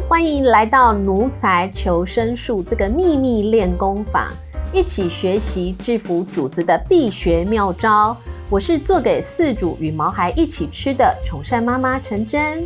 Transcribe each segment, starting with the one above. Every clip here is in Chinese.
欢迎来到奴才求生术这个秘密练功坊，一起学习制服主子的必学妙招。我是做给饲主与毛孩一起吃的宠善妈妈陈真。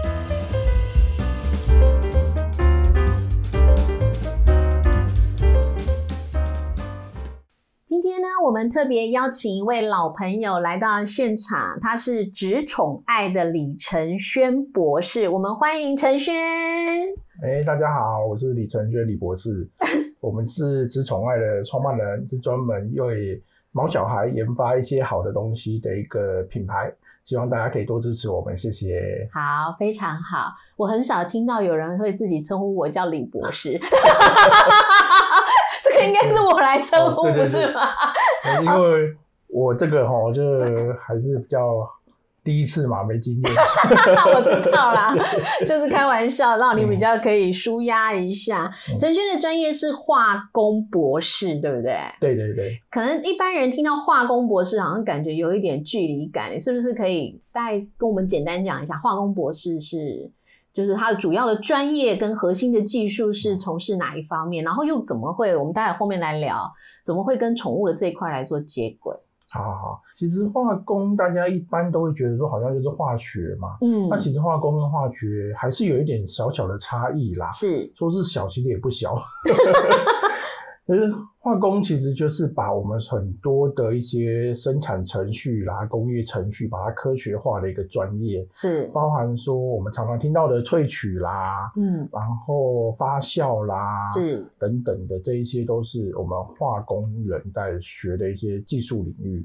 今天呢，我们特别邀请一位老朋友来到现场，他是植宠爱的李承轩博士，我们欢迎承轩。 大家好，我是李承轩李博士。我们是植宠爱的创办人，是专门为毛小孩研发一些好的东西的一个品牌，希望大家可以多支持我们，谢谢。 好，非常好。我很少听到有人会自己称呼我叫李博士。这个应该是我来称呼，不是吗？ 因为我这个就还是比较第一次嘛，没经验。 我知道啦，就是开玩笑，让你比较可以抒压一下。承轩的专业是化工博士，对不对？ 对对对。 可能一般人听到化工博士，好像感觉有一点距离感，你是不是可以大概跟我们简单讲一下，化工博士就是他的主要的专业跟核心的技术是从事哪一方面，然后又怎么会，我们待会后面来聊，怎么会跟宠物的这一块来做接轨？ 好，其实化工大家一般都会觉得说好像就是化学嘛，那其实化工跟化学还是有一点小小的差异啦， 是说是小其实也不小。可是化工其实就是把我们很多的一些生产程序啦、工业程序把它科学化的一个专业， 是包含说我们常常听到的萃取啦，然后发酵啦， 是等等的，这一些都是我们化工人在学的一些技术领域。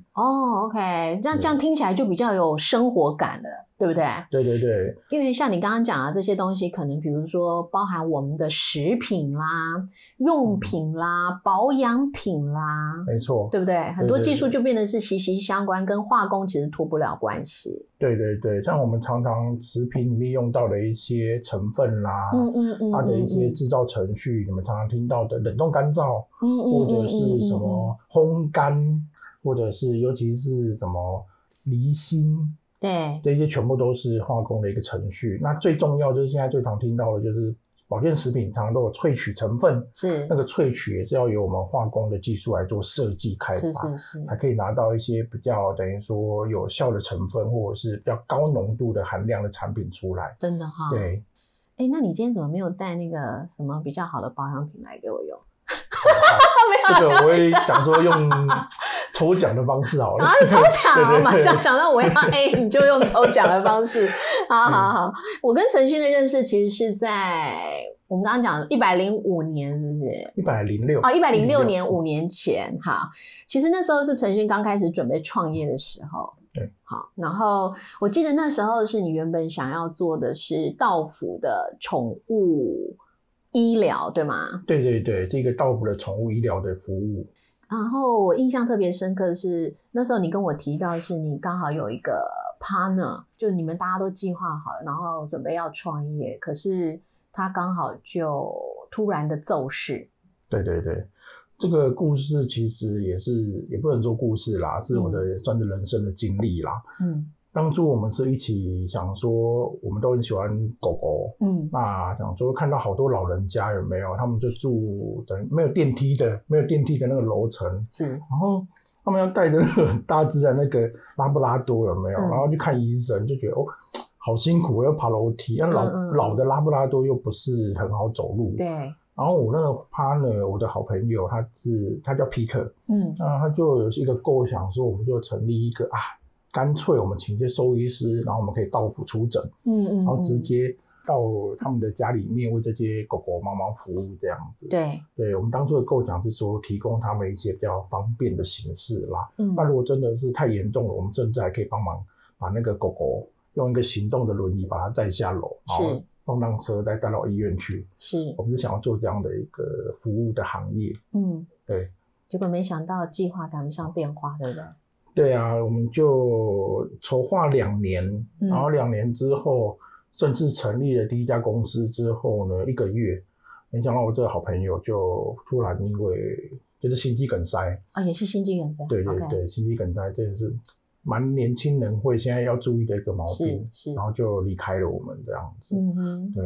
OK， 这样听起来就比较有生活感了，对不对？对对对，因为像你刚刚讲的这些东西，可能比如说包含我们的食品啦、用品啦、保养品啦， 没错， 对不对？很多技术就变得是息息相关，跟化工其实脱不了关系。 对对对，像我们常常食品里面用到的一些成分啦，它的一些制造程序，你们常常听到的冷冻干燥，或者是什么烘干，或者是尤其是什么离心。 对， 这些全部都是化工的一个程序。那最重要就是现在最常听到的就是保健食品常常都有萃取成分，是那个萃取也是要由我们化工的技术来做设计开发，是才可以拿到一些比较等于说有效的成分或者是比较高浓度的含量的产品出来。 真的哈？ 对。 那你今天怎么没有带那个什么比较好的保养品来给我用？ 这个我会讲说用抽奖的方式好了。 抽奖，我马上想到我要你就用抽奖的方式。好，我跟承轩的认识其实是在我们刚刚讲的105年，是不是 ？106 106年，5年前。好，其实那时候是承轩刚开始准备创业的时候。 对， 好，然后我记得那时候是你原本想要做的是到府的宠物医疗，对吗？ 对对对，这个到府的宠物医疗的服务。 然后我印象特别深刻的是，那时候你跟我提到是你刚好有一个 partner， 就你们大家都计划好了，然后准备要创业，可是他刚好就突然的骤逝。对对对， 这个故事其实也不能说故事啦，是我的算是人生的经历啦。当初我们是一起想说，我们都很喜欢狗狗，那想说看到好多老人家有没有，他们就住等没有电梯的那个楼层，是，然后他们要带着那个很大只的那个拉布拉多有没有，然后去看医生，就觉得好辛苦，要爬楼梯，老的拉布拉多又不是很好走路，对。然后我那个 partner， 我的好朋友，他叫 Peter， 那他就有一个构想说，我们就成立一个干脆我们请一些兽医师，然后我们可以到府出诊，然后直接到他们的家里面为这些狗狗猫猫服务这样子。对，我们当初的构想是说提供他们一些比较方便的形式啦。那如果真的是太严重了，我们甚至还可以帮忙把那个狗狗用一个行动的轮椅把它载下楼，然后放上车再带到医院去。是，我们是想要做这样的一个服务的行业。对。 结果没想到计划赶不上变化，对不对？ 对啊，我们就筹划2年，然后2年之后，正式成立了第一家公司之后呢，1个月，没想到我这个好朋友就突然因为就是心肌梗塞也是心肌梗塞， 对对对，心肌梗塞真的是蛮年轻人会现在要注意的一个毛病，是然后就离开了我们这样子。对。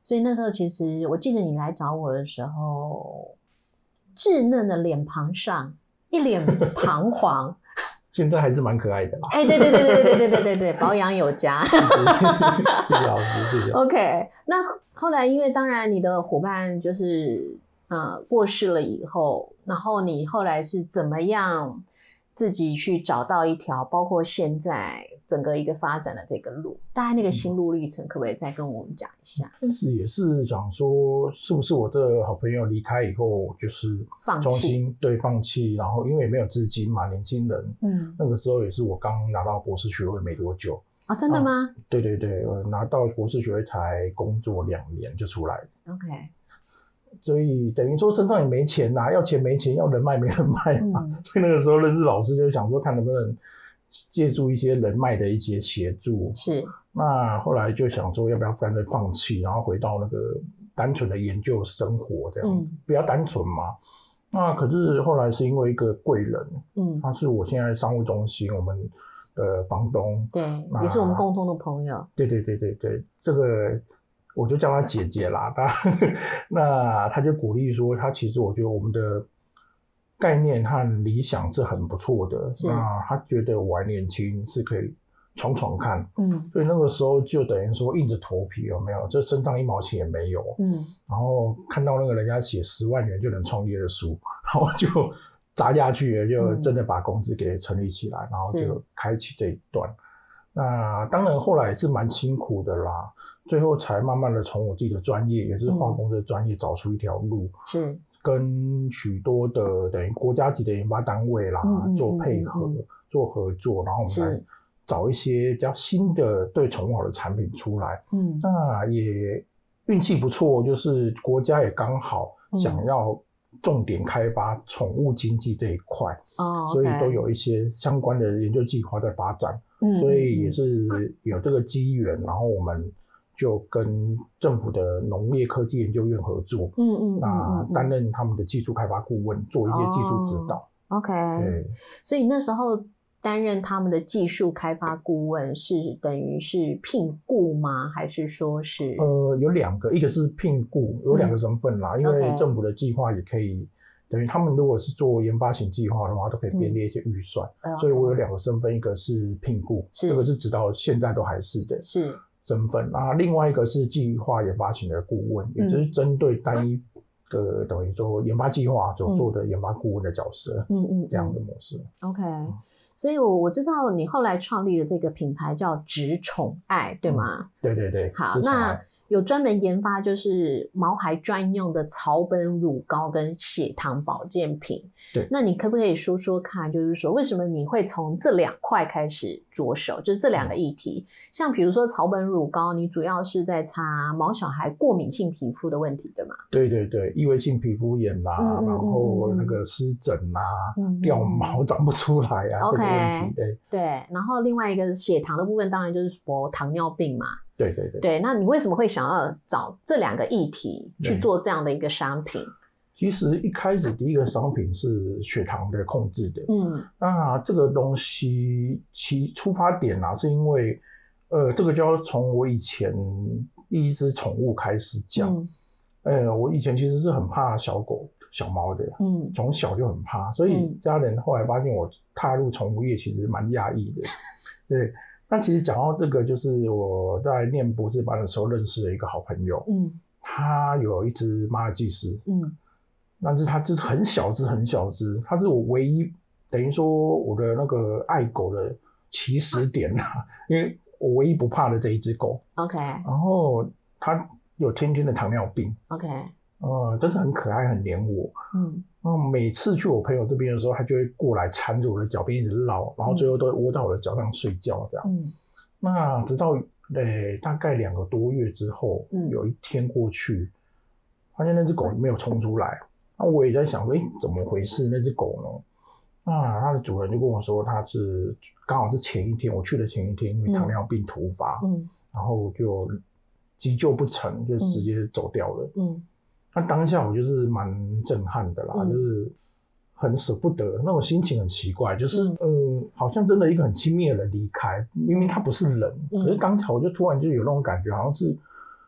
所以那时候其实我记得你来找我的时候，稚嫩的脸庞上一脸彷徨。 现在还是蛮可爱的啦。 对，保养有加。谢谢老师，谢谢。 OK， 那后来因为当然你的伙伴就是过世了以后，然后你后来是怎么样自己去找到一条包括现在整个一个发展的这个路，大概那个心路历程可不可以再跟我们讲一下？ 开始也是想说是不是我的好朋友离开以后就是重新放弃，然后因为也没有资金嘛，年轻人，那个时候也是我刚拿到博士学位没多久。 真的吗？ 对，我拿到博士学位才工作2年就出来了。 OK， 所以等于说身上也没钱啦，要钱没钱，要人脉没人脉嘛，所以那个时候认识老师就想说看能不能借助一些人脉的一些协助。 是， 那后来就想说要不要干脆放弃，然后回到那个单纯的研究生活这样，比较单纯嘛。那可是后来是因为一个贵人，他是我现在商务中心我们的房东， 对，也是我们共同的朋友。 对，这个我就叫他姐姐啦。那他就鼓励说，他其实我觉得我们的概念和理想是很不错的，那他觉得我还年轻，是可以闯闯看。所以那个时候就等于说硬着头皮，有没有？就身上1毛钱也没有。然后看到那个人家写10万元就能创业的书，然后就砸下去了，就真的把公司给成立起来，然后就开启这一段。那当然后来也是蛮辛苦的啦，最后才慢慢的从我自己的专业，也是化工的专业找出一条路， 是跟许多的等于国家级的研发单位啦做配合，做合作，然后我们来找一些比较新的对宠物好的产品出来。那也运气不错，就是国家也刚好想要重点开发宠物经济这一块，所以都有一些相关的研究计划在发展。所以也是有这个机缘，然后我们就跟政府的农业科技研究院合作，那担任他们的技术开发顾问，做一些技术指导。 OK， 对， 所以那时候担任他们的技术开发顾问是等于是聘雇吗？还是说是有2个，一个是聘雇，有2个身份啦，因为政府的计划也可以。等于他们如果是做研发型计划的话，都可以编列一些预算，所以我有2个身份，一个是聘雇，这个是直到现在都还是的身份，那另外一个是计划研发型的顾问，也就是针对单一的等于说研发计划所做的研发顾问的角色，这样的模式。 OK， 所以我知道你后来创立的这个品牌叫植宠爱，对吗？ 对。 好，那有专门研发就是毛孩专用的草本乳膏跟血糖保健品。 对， 那你可不可以说说看，就是说为什么你会从这2块开始着手，就是这2个议题。像比如说草本乳膏，你主要是在擦毛小孩过敏性皮肤的问题，对吗？ 对，异位性皮肤炎啦，然后那个湿疹啦，掉毛长不出来啊，这个问题。 对，然后另外一个血糖的部分，当然就是糖尿病嘛。 对， 那你为什么会想要找这2个议题去做这样的一个商品？ 其实一开始第一个商品是血糖的控制的，那这个东西其出发点啊，是因为这个就要从我以前第一只宠物开始讲。我以前其实是很怕小狗小猫的，从小就很怕，所以家人后来发现我踏入宠物业其实蛮讶异的。对，那其实讲到这个，就是我在念博士班的时候认识了一个好朋友，他有一只马尔济斯，但是它就是很小只，它是我唯一等于说我的那个爱狗的起始点啦，因为我唯一不怕的这一只狗。 OK， 然后它有天天的糖尿病。 OK， 但是很可爱，很黏我。每次去我朋友这边的时候，它就会过来缠着我的脚边一直绕，然后最后都会窝到我的脚上睡觉这样。那直到大概2个多月之后，有一天过去，发现那只狗没有冲出来。那我也在想说，怎么回事？那只狗呢？那它的主人就跟我说，它是刚好是前一天我去的前一天，因为糖尿病突发，然后就急救不成，就直接走掉了。那当下我就是蛮震撼的啦，就是很舍不得，那种心情很奇怪，就是好像真的一个很亲密的人离开，明明他不是人，可是当下我就突然就有那种感觉，好像是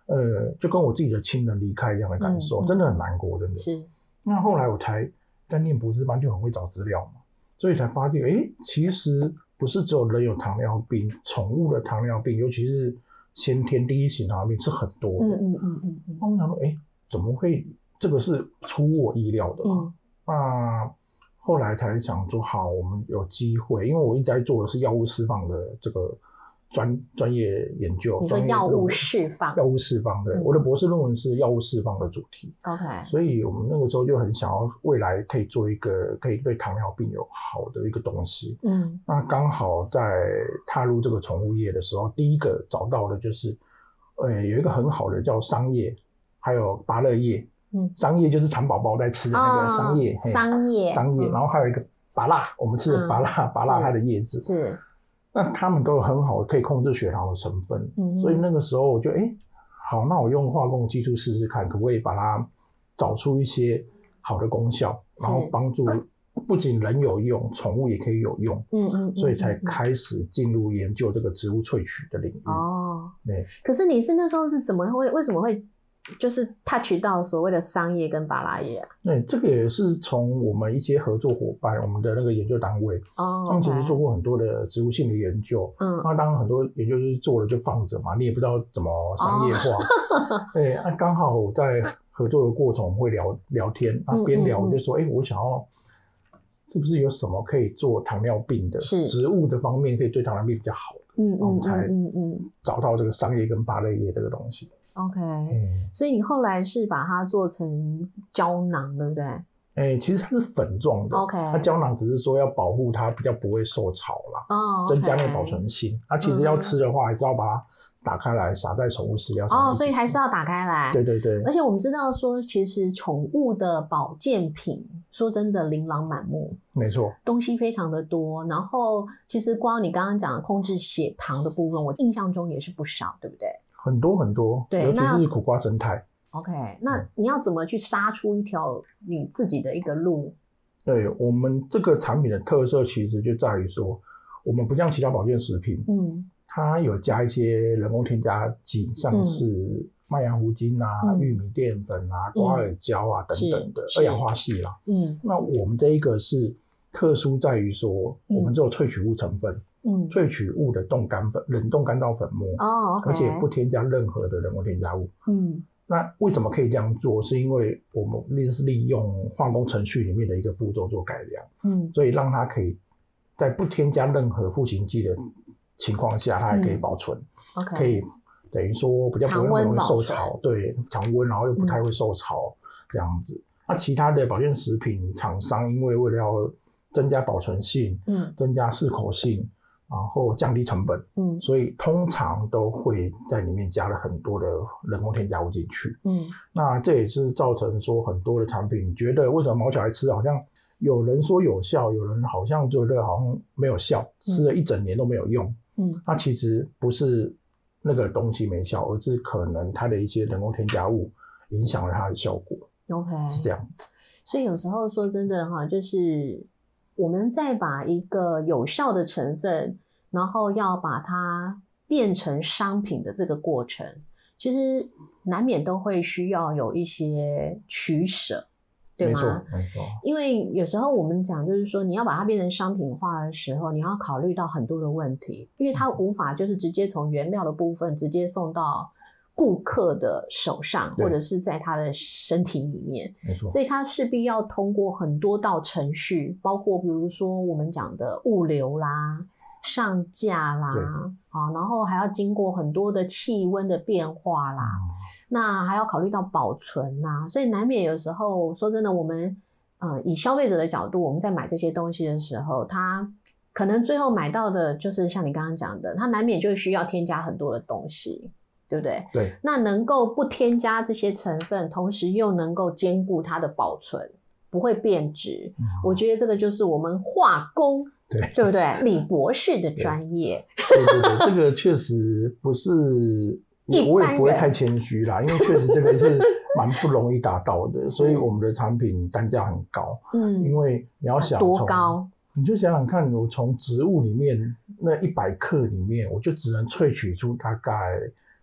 就跟我自己的亲人离开一样的感受，真的很难过，真的。 是。 那后来我才在念博士班，就很会找资料嘛，所以才发现，其实不是只有人有糖尿病，宠物的糖尿病，尤其是先天第一型糖尿病是很多的。那我想说，怎么会？这个是出我意料的嘛。那后来才想说，好，我们有机会，因为我一直在做的是药物释放的这个专业研究。 你说药物释放？ 药物释放，对，我的博士论文是药物释放的主题。 OK， 所以我们那个时候就很想要未来可以做一个可以对糖尿病有好的一个东西。那刚好在踏入这个宠物业的时候，第一个找到的就是，有一个很好的叫桑叶，还有芭乐叶。桑叶就是蚕宝宝在吃的那个桑叶，桑叶，然后还有一个芭乐，我们吃的芭乐它的叶子是。 那他们都有很好的可以控制血糖的成分，所以那个时候我就好，那我用化工技术试试看，可不可以把它找出一些好的功效，然后帮助不仅人有用，宠物也可以有用。所以才开始进入研究这个植物萃取的领域。对。 可是你是那时候是为什么会就是 touch 到所谓的桑叶跟芭乐叶啊？ 对，这个也是从我们一些合作伙伴，我们的那个研究单位，他们其实做过很多的植物性的研究。那当然很多研究就是做了就放着嘛，你也不知道怎么商业化。对，刚好我在合作的过程我们会聊天，边聊我就说，我想要是不是有什么可以做糖尿病的植物的方面可以对糖尿病比较好的，我们才找到这个桑叶跟芭乐叶这个东西。 OK，所以你后来是把它做成胶囊，对不对？ 其实它是粉状的。 OK， 它胶囊只是说要保护它比较不会受潮啦，增加那个保存性。它其实要吃的话，还是要把它打开来撒在宠物饲料上面。 所以还是要打开来。 对对对。 而且我们知道说，其实宠物的保健品，说真的琳琅满目。 没错， 东西非常的多。然后其实光你刚刚讲的控制血糖的部分，我印象中也是不少，对不对？ 很多很多， 对， 尤其是苦瓜生态。 OK， 那你要怎么去杀出一条你自己的一个路？ 对，我们这个产品的特色其实就在于说，我们不像其他保健食品，它有加一些人工添加剂，像是麦芽糊精啊、玉米淀粉啊、瓜尔胶啊等等的二氧化硒啦。那我们这一个是特殊在于说，我们只有萃取物成分。萃取物的冷冻干燥粉末而且不添加任何的人工添加物。那为什么可以这样做？是因为我们是利用化工程序里面的一个步骤做改良，所以让它可以在不添加任何赋形剂的情况下，它还可以保存，可以等于说比较不会那么容易受潮，对，常温，然后又不太会受潮这样子。那其他的保健食品厂商，因为为了要增加保存性，增加适口性，然后降低成本，所以通常都会在里面加了很多的人工添加物进去。那这也是造成说很多的产品，你觉得为什么毛小孩吃好像有人说有效，有人好像觉得好像没有效，吃了一整年都没有用。那其实不是那个东西没效，而是可能它的一些人工添加物影响了它的效果。 OK， 是这样。 所以有时候说真的哈，就是我们在把一个有效的成分，然后要把它变成商品的这个过程，其实难免都会需要有一些取舍，对吗？ 没错。 因为有时候我们讲就是说，你要把它变成商品化的时候，你要考虑到很多的问题，因为它无法就是直接从原料的部分直接送到顾客的手上，或者是在他的身体里面， 没错， 所以他势必要通过很多道程序，包括比如说我们讲的物流啦、上架啦，然后还要经过很多的气温的变化啦，那还要考虑到保存啦，所以难免有时候说真的，我们以消费者的角度，我们在买这些东西的时候，他可能最后买到的就是像你刚刚讲的，他难免就需要添加很多的东西。对不对？ 对， 那能够不添加这些成分，同时又能够兼顾它的保存，不会变质。我觉得这个就是我们化工，对不对？李博士的专业。 对，这个确实不是，我也不会太谦虚啦，因为确实这个是蛮不容易达到的，所以我们的产品单价很高。因为你要想多高？ 你就想想看，我从植物里面那100克里面，我就只能萃取出大概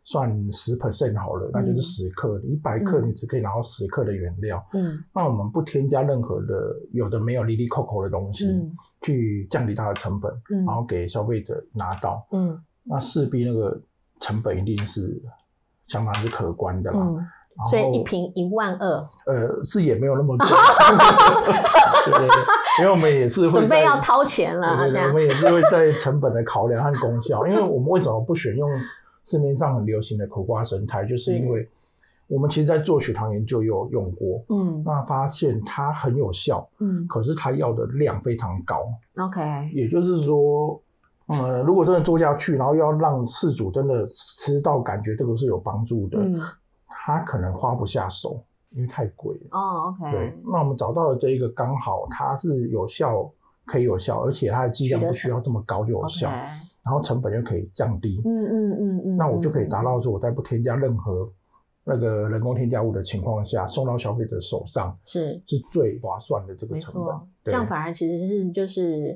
算10% 好了，那就是10克，100克你只可以拿到10克的原料。那我们不添加任何的有的没有哩哩扣扣的东西，去降低它的成本，然后给消费者拿到。那势必那个成本一定是相当是可观的啦。 所以一瓶12000， 是也没有那么贵，对，因为我们也是会准备要掏钱了， 对，我们也是会在成本的考量和功效。因为我们为什么不选用市面上很流行的苦瓜生态，就是因为我们其实在做血糖研究也有用过，那发现它很有效，可是它要的量非常高。 OK， 也就是说，如果真的做下去，然后要让饲主真的吃到感觉这个是有帮助的，他可能花不下手，因为太贵了。 OK。 对，那我们找到了这一个刚好它是有效，可以有效，而且它的剂量不需要这么高就有效，然后成本又可以降低。那我就可以达到说我在不添加任何那个人工添加物的情况下，送到消费者手上是最划算的这个成本。 这样反而其实是就是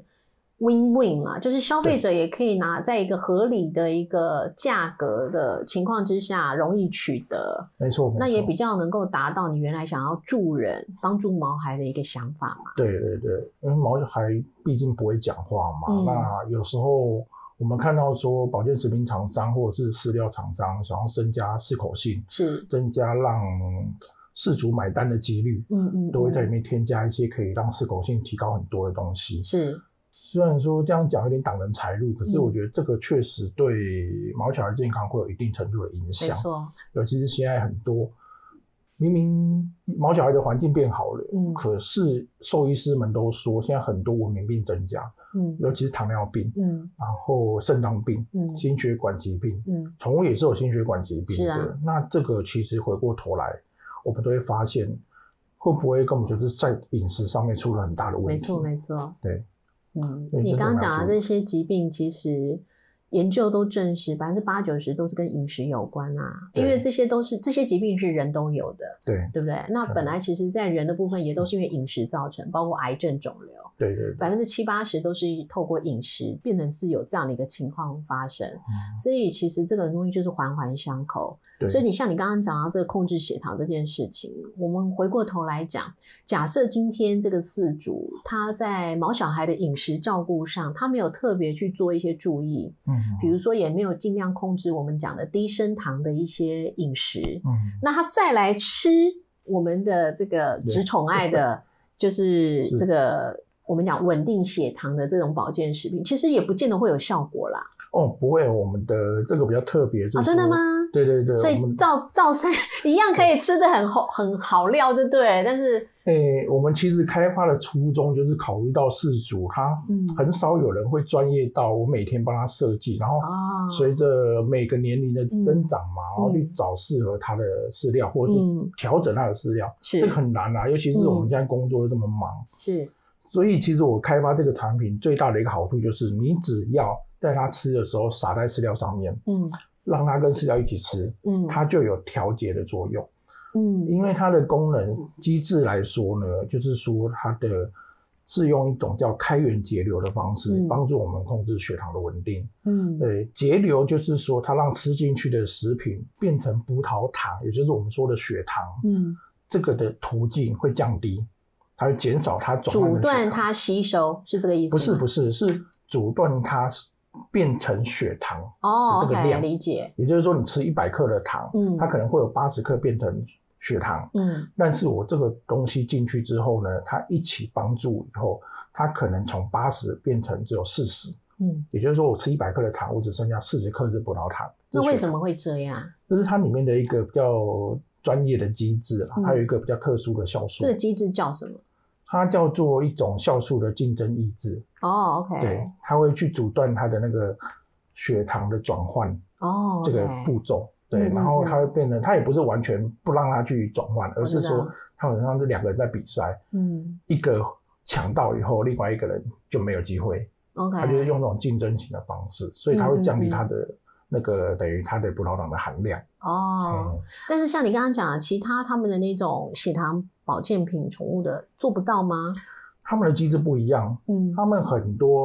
。win-win 嘛，就是消费者也可以拿在一个合理的一个价格的情况之下容易取得， 没错， 那也比较能够达到你原来想要助人帮助毛孩的一个想法嘛。 对对对，因为毛孩毕竟不会讲话嘛，那有时候我们看到说保健食品厂商或者是饲料厂商想要增加适口性，是增加让饲主买单的几率，都会在里面添加一些可以让适口性提高很多的东西。是。虽然说这样讲有点挡人财路，可是我觉得这个确实对毛小孩健康会有一定程度的影响。没错，尤其是现在很多明明毛小孩的环境变好了，可是兽医师们都说现在很多文明病增加，尤其是糖尿病，然后肾脏病，心血管疾病，宠物也是有心血管疾病的。那这个其实回过头来，我们都会发现会不会跟我们就是在饮食上面出了很大的问题。没错，没错，对。 你刚刚讲的这些疾病，其实研究都证实80%-90%都是跟饮食有关啊，因为这些疾病是人都有的，对不对？那本来其实在人的部分也都是因为饮食造成，包括癌症、肿瘤，对，70%-80%都是透过饮食变成是有这样的一个情况发生，所以其实这个东西就是环环相扣。所以你像你刚刚讲到这个控制血糖这件事情，我们回过头来讲，假设今天这个饲主他在毛小孩的饮食照顾上，他没有特别去做一些注意，比如说也没有尽量控制我们讲的低升糖的一些饮食，那他再来吃我们的这个直宠爱的，就是这个我们讲稳定血糖的这种保健食品，其实也不见得会有效果啦。 不会，我们的这个比较特别， 真的吗？对对对，所以照三一样可以吃得很好料，对不对？但是， 我们其实开发的初衷就是考虑到饲主他很少有人会专业到我每天帮他设计，然后随着每个年龄的增长嘛，然后去找适合他的饲料，或者是调整他的饲料，这个很难啊，尤其是我们现在工作这么忙，是，所以其实我开发这个产品最大的一个好处就是，你只要在他吃的时候撒在饲料上面，让他跟饲料一起吃，它就有调节的作用，因为它的功能机制来说呢，就是说它的是用一种叫开源节流的方式，帮助我们控制血糖的稳定。对，节流就是说它让吃进去的食品变成葡萄糖，也就是我们说的血糖，这个的途径会降低，它会减少它阻断它吸收，是这个意思吗？ 不是，是阻断它变成血糖这个量， 理解。 也就是说，你吃100克的糖，它可能会有80克变成血糖，但是我这个东西进去之后呢，它一起帮助以后，它可能从80变成只有40，也就是说，我吃100克的糖，我只剩下40克是葡萄糖。 那为什么会这样？ 这是它里面的一个比较专业的机制啦，还有一个比较特殊的酵素。 这个机制叫什么？ 它叫做一种酵素的竞争抑制。 OK。 对，它会去阻断它的那个血糖的转换。这个步骤。对，然后它会变成，它也不是完全不让它去转换，而是说，它好像是2个人在比赛，一个抢到以后，另外一个人就没有机会。它就是用那种竞争型的方式，所以它会降低它的那个等于它的葡萄糖的含量。 但是像你刚刚讲的，其他他们的那种血糖保健品宠物的做不到吗？ 他们的机制不一样，他们很多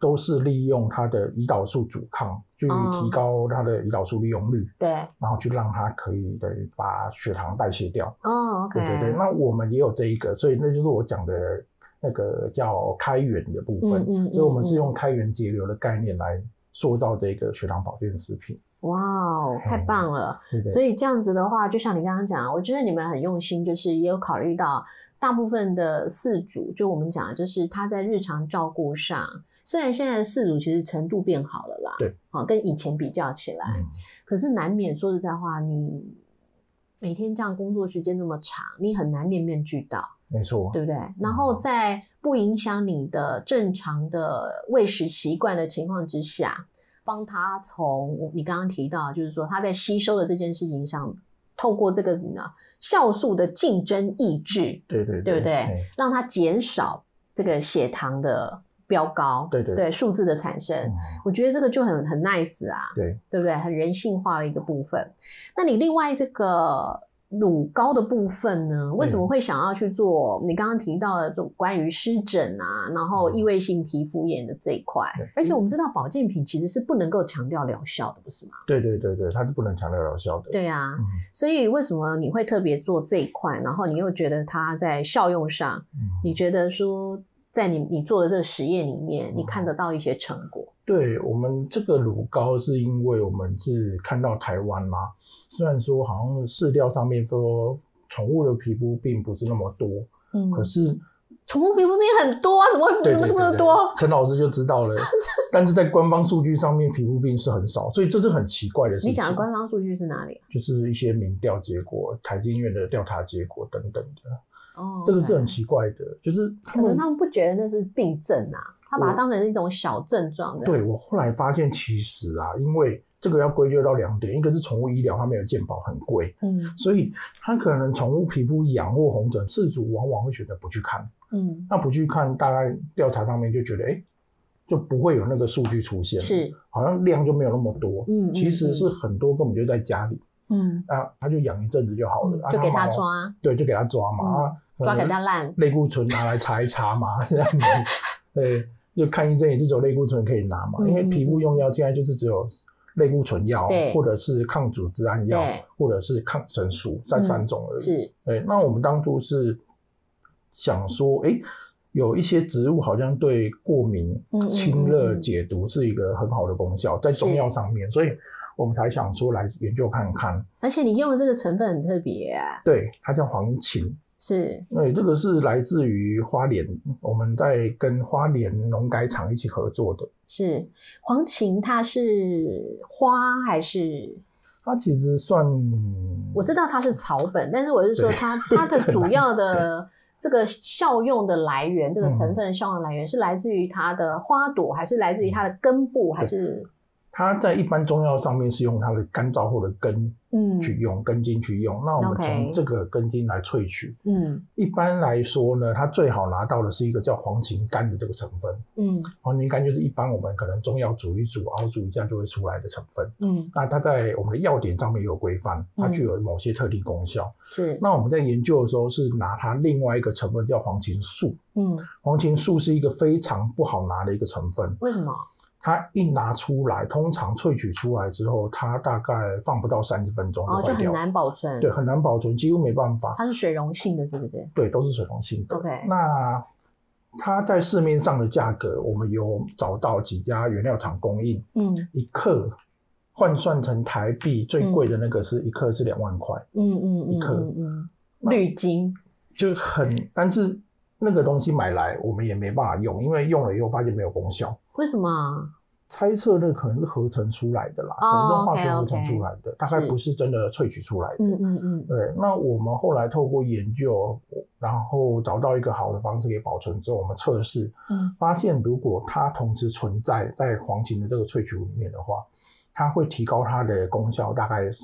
都是利用它的胰岛素阻抗去提高它的胰岛素利用率， 对， 然后去让它可以等于把血糖代谢掉。 OK， 对对对，那我们也有这一个，所以那就是我讲的那个叫开源的部分，所以我们是用开源节流的概念来塑造这个血糖保健食品。 哇哦，太棒了！所以这样子的话，就像你刚刚讲，我觉得你们很用心，就是也有考虑到大部分的饲主，就我们讲的就是他在日常照顾上，虽然现在的饲主其实程度变好了啦， 对， 跟以前比较起来，可是难免说实在话，你每天这样工作时间那么长，你很难面面俱到， 没错， 对不对？然后在不影响你的正常的喂食习惯的情况之下，帮他从你刚刚提到，就是说他在吸收的这件事情上，透过这个什么酵素的竞争抑制， 对对不对？让它减少这个血糖的飙高，对数字的产生，我觉得这个就很 nice 啊，对不对？很人性化的一个部分。那你另外这个乳膏的部分呢，为什么会想要去做你刚刚提到的这种关于湿疹啊，然后异位性皮肤炎的这一块？而且我们知道保健品其实是不能够强调疗效的，不是吗？ 对对对对，它是不能强调疗效的。 对啊，所以为什么你会特别做这一块，然后你又觉得它在效用上，你觉得说在你做的这个实验里面，你看得到一些成果？ 对，我们这个乳膏是因为我们是看到台湾嘛，虽然说好像饲料上面说宠物的皮肤病不是那么多，可是宠物皮肤病很多啊，怎么会这么多？ 陈老师就知道了，但是在官方数据上面皮肤病是很少，所以这是很奇怪的事情。 你讲的官方数据是哪里？ 就是一些民调结果、台经院的调查结果等等的。这个是很奇怪的，就是可能他们不觉得那是病症啊，他把它当成一种小症状的。 对，我后来发现其实啊，因为这个要归咎到2点，一个是宠物医疗它没有健保很贵，所以它可能宠物皮肤痒或红疹，饲主往往会选择不去看，那不去看，大概调查上面就觉得就不会有那个数据出现，是好像量就没有那么多，其实是很多根本就在家里，他就养一阵子就好了， 就给他抓， 对，就给他抓嘛， 抓给他烂， 类固醇拿来查一查嘛，这样子，对，就看医生也是只有类固醇可以拿嘛，因为皮肤用药现在就是只有类固醇药，或者是抗组织胺药，或者是抗生素，这3种而已。是，对，那我们当初是想说，有一些植物好像对过敏、清热、解毒是一个很好的功效，在中药上面，所以我们才想说来研究看看。 而且你用的这个成分很特别啊， 对，它叫黄芩。 是， 对，这个是来自于花莲，我们在跟花莲农改场一起合作的。 是，黄芩它是花还是？ 它其实算， 我知道它是草本，但是我是说它的主要的这个效用的来源，这个成分的效用来源是来自于它的花朵，还是来自于它的根部，还是？ 它在一般中药上面是用它的干燥后的根去用，根茎去用。那我们从这个根茎来萃取。一般来说呢，它最好拿到的是一个叫黄芩苷的这个成分。黄芩苷就是一般我们可能中药煮一煮，熬煮一下就会出来的成分。那它在我们的药典上面有规范，它具有某些特定功效。是。那我们在研究的时候是拿它另外一个成分叫黄芩素。黄芩素是一个非常不好拿的一个成分。 为什么？ 它一拿出来，通常萃取出来之后，它大概放不到30分钟就坏掉， 就很难保存。 对，很难保存，几乎没办法。 它是水溶性的，是不是？ 对，都是水溶性的。 OK， 那它在市面上的价格，我们有找到几家原料厂供应。一克换算成台币最贵的那个是一克是2万块。一克。 绿金就但是那个东西买来我们也没办法用，因为用了以后发现没有功效。 为什么？ 猜测那可能是合成出来的啦，可能是化学合成出来的，大概不是真的萃取出来的。对，那我们后来透过研究，然后找到一个好的方式可以保存之后，我们测试，发现如果它同时存在黄芩的这个萃取物里面的话，它会提高它的功效大概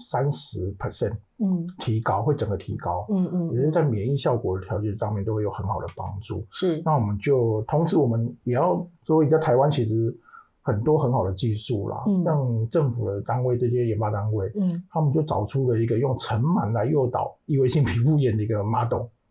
30%，提高，会整个提高，也就是在免疫效果的调节上面都会有很好的帮助。是，那我们就同时我们也要说，在台湾其实很多很好的技术啦，像政府的单位这些研发单位，他们就找出了一个用尘螨来诱导异位性皮肤炎的一个 model。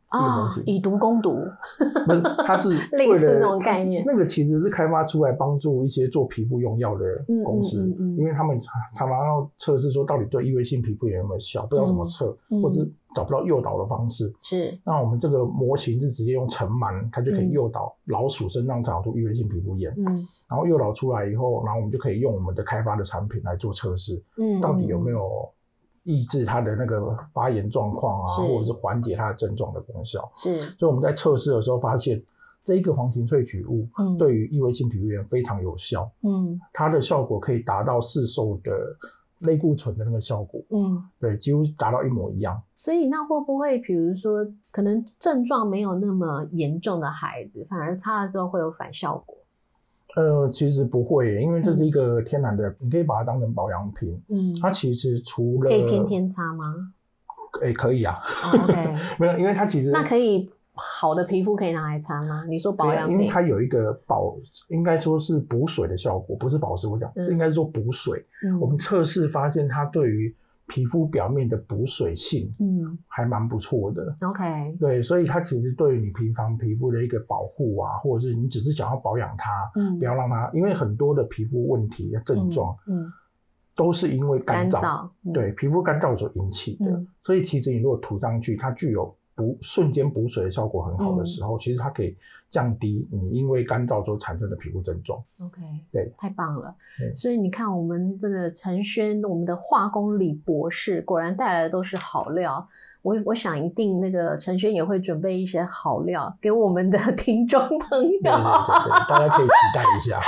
一个模型， 以毒攻毒， 不是，它是类似那种概念。 那个其实是开发出来帮助一些做皮肤用药的公司，因为他们常常要测试说到底对异位性皮肤炎有没有效，不知道怎么测，或者是找不到诱导的方式。 是， 那我们这个模型是直接用尘螨，它就可以诱导老鼠身上长出异位性皮肤炎。然后诱导出来以后，然后我们就可以用我们的开发的产品来做测试，到底有没有抑制它的那个发炎状况啊，或者是缓解它的症状的功效。 是， 所以我们在测试的时候发现，这一个黄芩萃取物对于异位性皮肤炎非常有效。它的效果可以达到市售的类固醇的那个效果。对，几乎达到一模一样。 所以那会不会比如说可能症状没有那么严重的孩子，反而擦了之后会有反效果？ 其实不会，因为这是一个天然的，你可以把它当成保养品。它其实除了可以天天擦吗？ 可以啊。 OK， 没有，因为它其实那可以好的皮肤可以拿来擦吗？你说保养品， 因为它有一个应该说是补水的效果，不是保湿。我讲是应该是说补水。我们测试发现它对于皮肤表面的补水性，还蛮不错的。 OK， 对，所以它其实对于你平常皮肤的一个保护啊，或者是你只是想要保养它，不要让它，因为很多的皮肤问题的症状，都是因为干燥，对，皮肤干燥所引起的。所以其实你如果涂上去，它具有瞬间补水的效果很好的时候，其实它可以降低你因为干燥所产生的皮肤症状。 OK， 对， 太棒了。所以你看，我们这个陈轩，我们的化工李博士，果然带来的都是好料。我想一定那个陈轩也会准备一些好料给我们的听众朋友。 对，大家可以期待一下。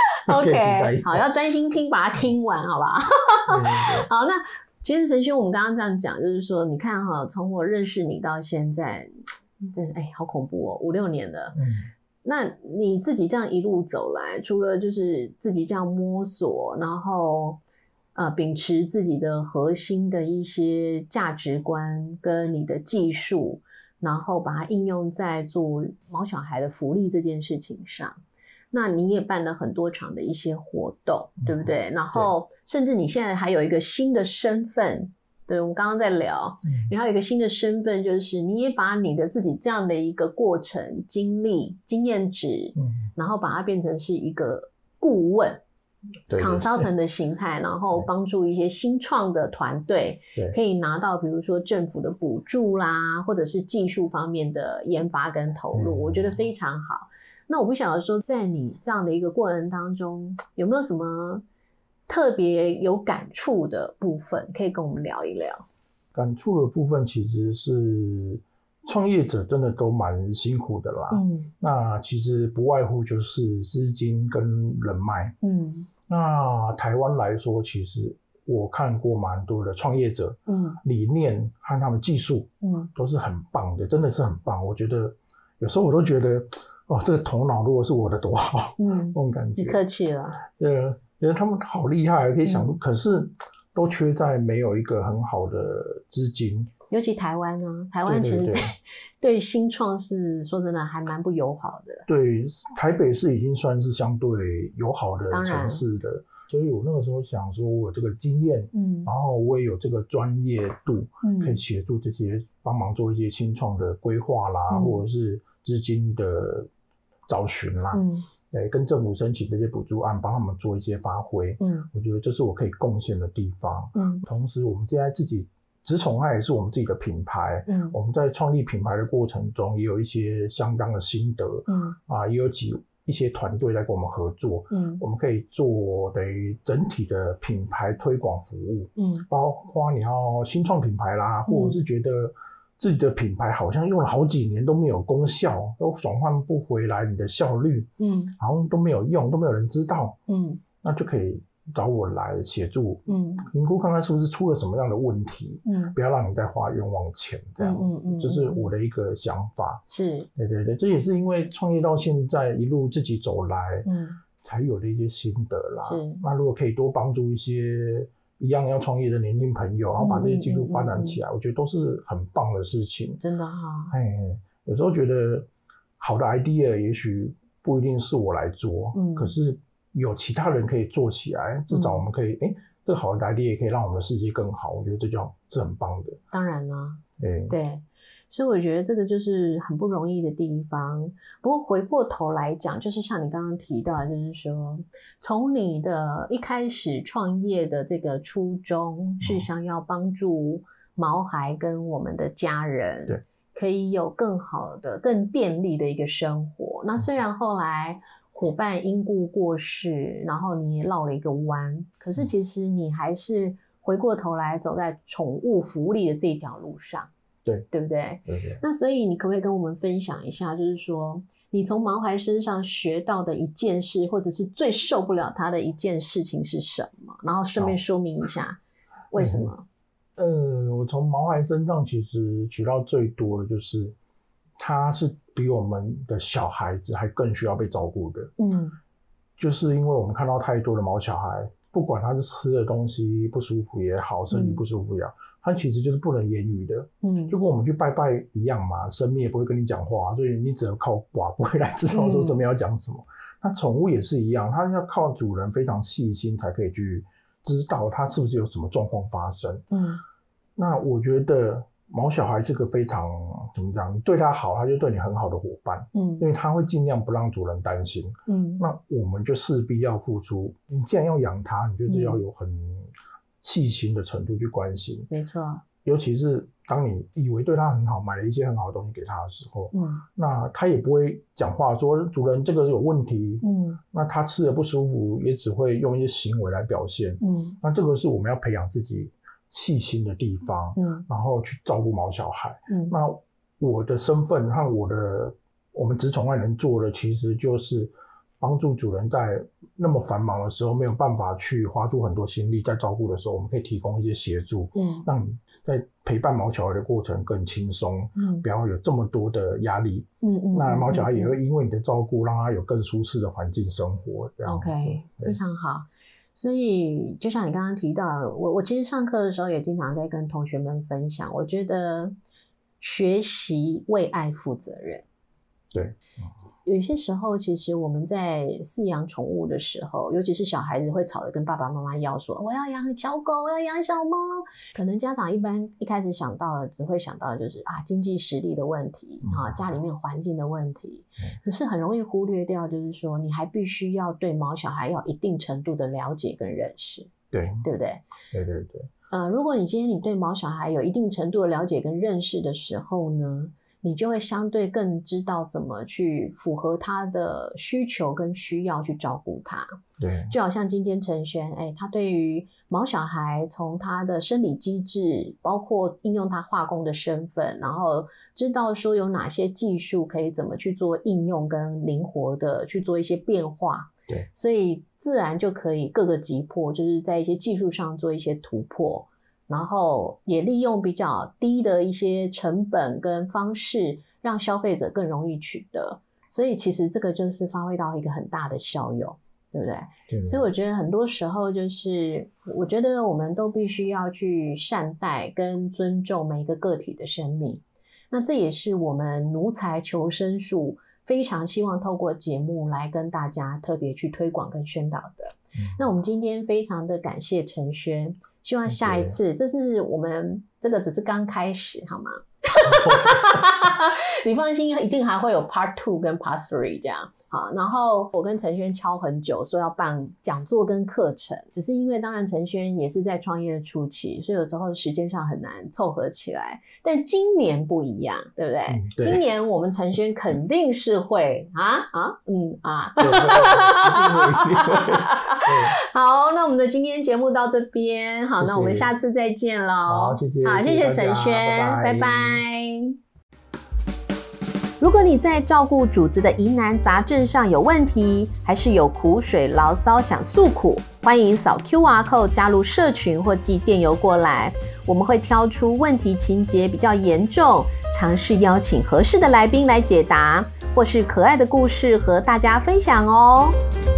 OK， 好，要专心听，把它听完，好吧？好，那。其实陈轩，我们刚刚这样讲，就是说，你看哈，从我认识你到现在，真好恐怖哦，5-6年了。那你自己这样一路走来，除了就是自己这样摸索，然后秉持自己的核心的一些价值观跟你的技术，然后把它应用在做毛小孩的福利这件事情上。那你也办了很多场的一些活动，对不对？然后甚至你现在还有一个新的身份，对，我们刚刚在聊，你还有一个新的身份，就是你也把你的自己这样的一个过程、经历、经验值，然后把它变成是一个顾问，consultant 的形态，然后帮助一些新创的团队可以拿到比如说政府的补助啦，或者是技术方面的研发跟投入，我觉得非常好。那我不晓得说，在你这样的一个过程当中，有没有什么特别有感触的部分，可以跟我们聊一聊？ 感触的部分其实是创业者真的都蛮辛苦的啦。那其实不外乎就是资金跟人脉。那台湾来说，其实我看过蛮多的创业者，理念和他们技术，都是很棒的，真的是很棒。我觉得有时候我都觉得。这个头脑如果是我的多好，那种感觉。 你客气了。 对，觉得他们好厉害，可以想，可是都缺在没有一个很好的资金。 尤其台湾呢，台湾其实对新创是说真的还蛮不友好的。 对，台北市已经算是相对友好的城市的，所以我那个时候想说，我有这个经验，然后我也有这个专业度，可以协助这些帮忙做一些新创的规划啦，或者是资金的找寻啦，跟政府申请这些补助案，帮他们做一些发挥。我觉得这是我可以贡献的地方。同时我们现在自己直宠爱也是我们自己的品牌。我们在创立品牌的过程中，也有一些相当的心得。也有一些团队来跟我们合作。我们可以做等于整体的品牌推广服务。包括你要新创品牌啦，或者是觉得自己的品牌好像用了好几年都没有功效，都转换不回来你的效率，好像都没有用，都没有人知道，那就可以找我来协助，评估看看是不是出了什么样的问题，不要让你再花冤枉钱，这样子，这是我的一个想法。 是， 对，这也是因为创业到现在一路自己走来，才有的一些心得啦。是，那如果可以多帮助一些一样要创业的年轻朋友，然后把这些技术发展起来，我觉得都是很棒的事情。 真的哈， 有时候觉得好的 idea 也许不一定是我来做，可是有其他人可以做起来，至少我们可以，这个好的 idea 也可以让我们的世界更好，我觉得这是很棒的。 当然啦， 对。 所以我觉得这个就是很不容易的地方。不过回过头来讲，就是像你刚刚提到的，就是说从你的一开始创业的这个初衷是想要帮助毛孩跟我们的家人， 对， 可以有更好的更便利的一个生活。那虽然后来伙伴因故过世，然后你也绕了一个弯，可是其实你还是回过头来走在宠物福利的这条路上，对不对？ 对。 那所以你可不可以跟我们分享一下，就是说你从毛孩身上学到的一件事，或者是最受不了他的一件事情是什么？然后顺便说明一下为什么。 我从毛孩身上其实学到最多的就是他是比我们的小孩子还更需要被照顾的。就是因为我们看到太多的毛小孩，不管他是吃的东西不舒服也好，身体不舒服也好，他其实就是不能言语的。就跟我们去拜拜一样嘛，神明也不会跟你讲话，所以你只能靠卦不会来知道说神明要讲什么。那宠物也是一样，它要靠主人非常细心才可以去知道它是不是有什么状况发生。那我觉得毛小孩是个非常怎么讲，你对他好，他就对你很好的伙伴。因为他会尽量不让主人担心。那我们就势必要付出，你既然要养他，你就是要有很细心的程度去关心。 没错。 尤其是当你以为对他很好，买了一些很好的东西给他的时候，那他也不会讲话说主人这个有问题。那他吃的不舒服，也只会用一些行为来表现。那这个是我们要培养自己细心的地方，然后去照顾毛小孩。那我的身份和我们职宠外能做的，其实就是帮助主人在那么繁忙的时候没有办法去花出很多心力在照顾的时候，我们可以提供一些协助，让你在陪伴毛小孩的过程更轻松，不要有这么多的压力。那毛小孩也会因为你的照顾，让他有更舒适的环境生活。这样 OK， 非常好。所以就像你刚刚提到，我其实上课的时候也经常在跟同学们分享，我觉得学习为爱负责任。 对。 有些时候其实我们在饲养宠物的时候，尤其是小孩子会吵着跟爸爸妈妈要说我要养小狗，我要养小猫，可能家长一开始想到的只会想到的就是经济实力的问题，家里面环境的问题，可是很容易忽略掉就是说你还必须要对毛小孩要一定程度的了解跟认识。对不对？对。如果你今天你对毛小孩有一定程度的了解跟认识的时候呢，你就会相对更知道怎么去符合他的需求跟需要去照顾他。 对， 就好像今天陈轩，他对于毛小孩从他的生理机制，包括应用他化工的身份，然后知道说有哪些技术可以怎么去做应用跟灵活的去做一些变化。 对， 所以自然就可以各个击破，就是在一些技术上做一些突破。然后也利用比较低的一些成本跟方式，让消费者更容易取得。所以其实这个就是发挥到一个很大的效用，对不对？ 对。 所以我觉得很多时候就是，我觉得我们都必须要去善待跟尊重每一个个体的生命。那这也是我们奴才求生术非常希望透过节目来跟大家特别去推广跟宣导的。那我们今天非常的感谢陈轩，希望下一次，这是我们这个只是刚开始，好吗？你放心，一定还会有 Part 2跟 Part 3这样。好，然后我跟陈轩敲很久，说要办讲座跟课程，只是因为当然陈轩也是在创业的初期，所以有时候时间上很难凑合起来。但今年不一样，对不对？ 对， 今年我们陈轩肯定是会好，那我们的今天节目到这边，好，那我们下次再见咯。 好， 谢谢陈轩，拜拜。如果你在照顾主子的疑难杂症上有问题，还是有苦水牢骚想诉苦，欢迎扫 QR code 加入社群或寄电邮过来，我们会挑出问题情节比较严重，尝试邀请合适的来宾来解答，或是可爱的故事和大家分享哦。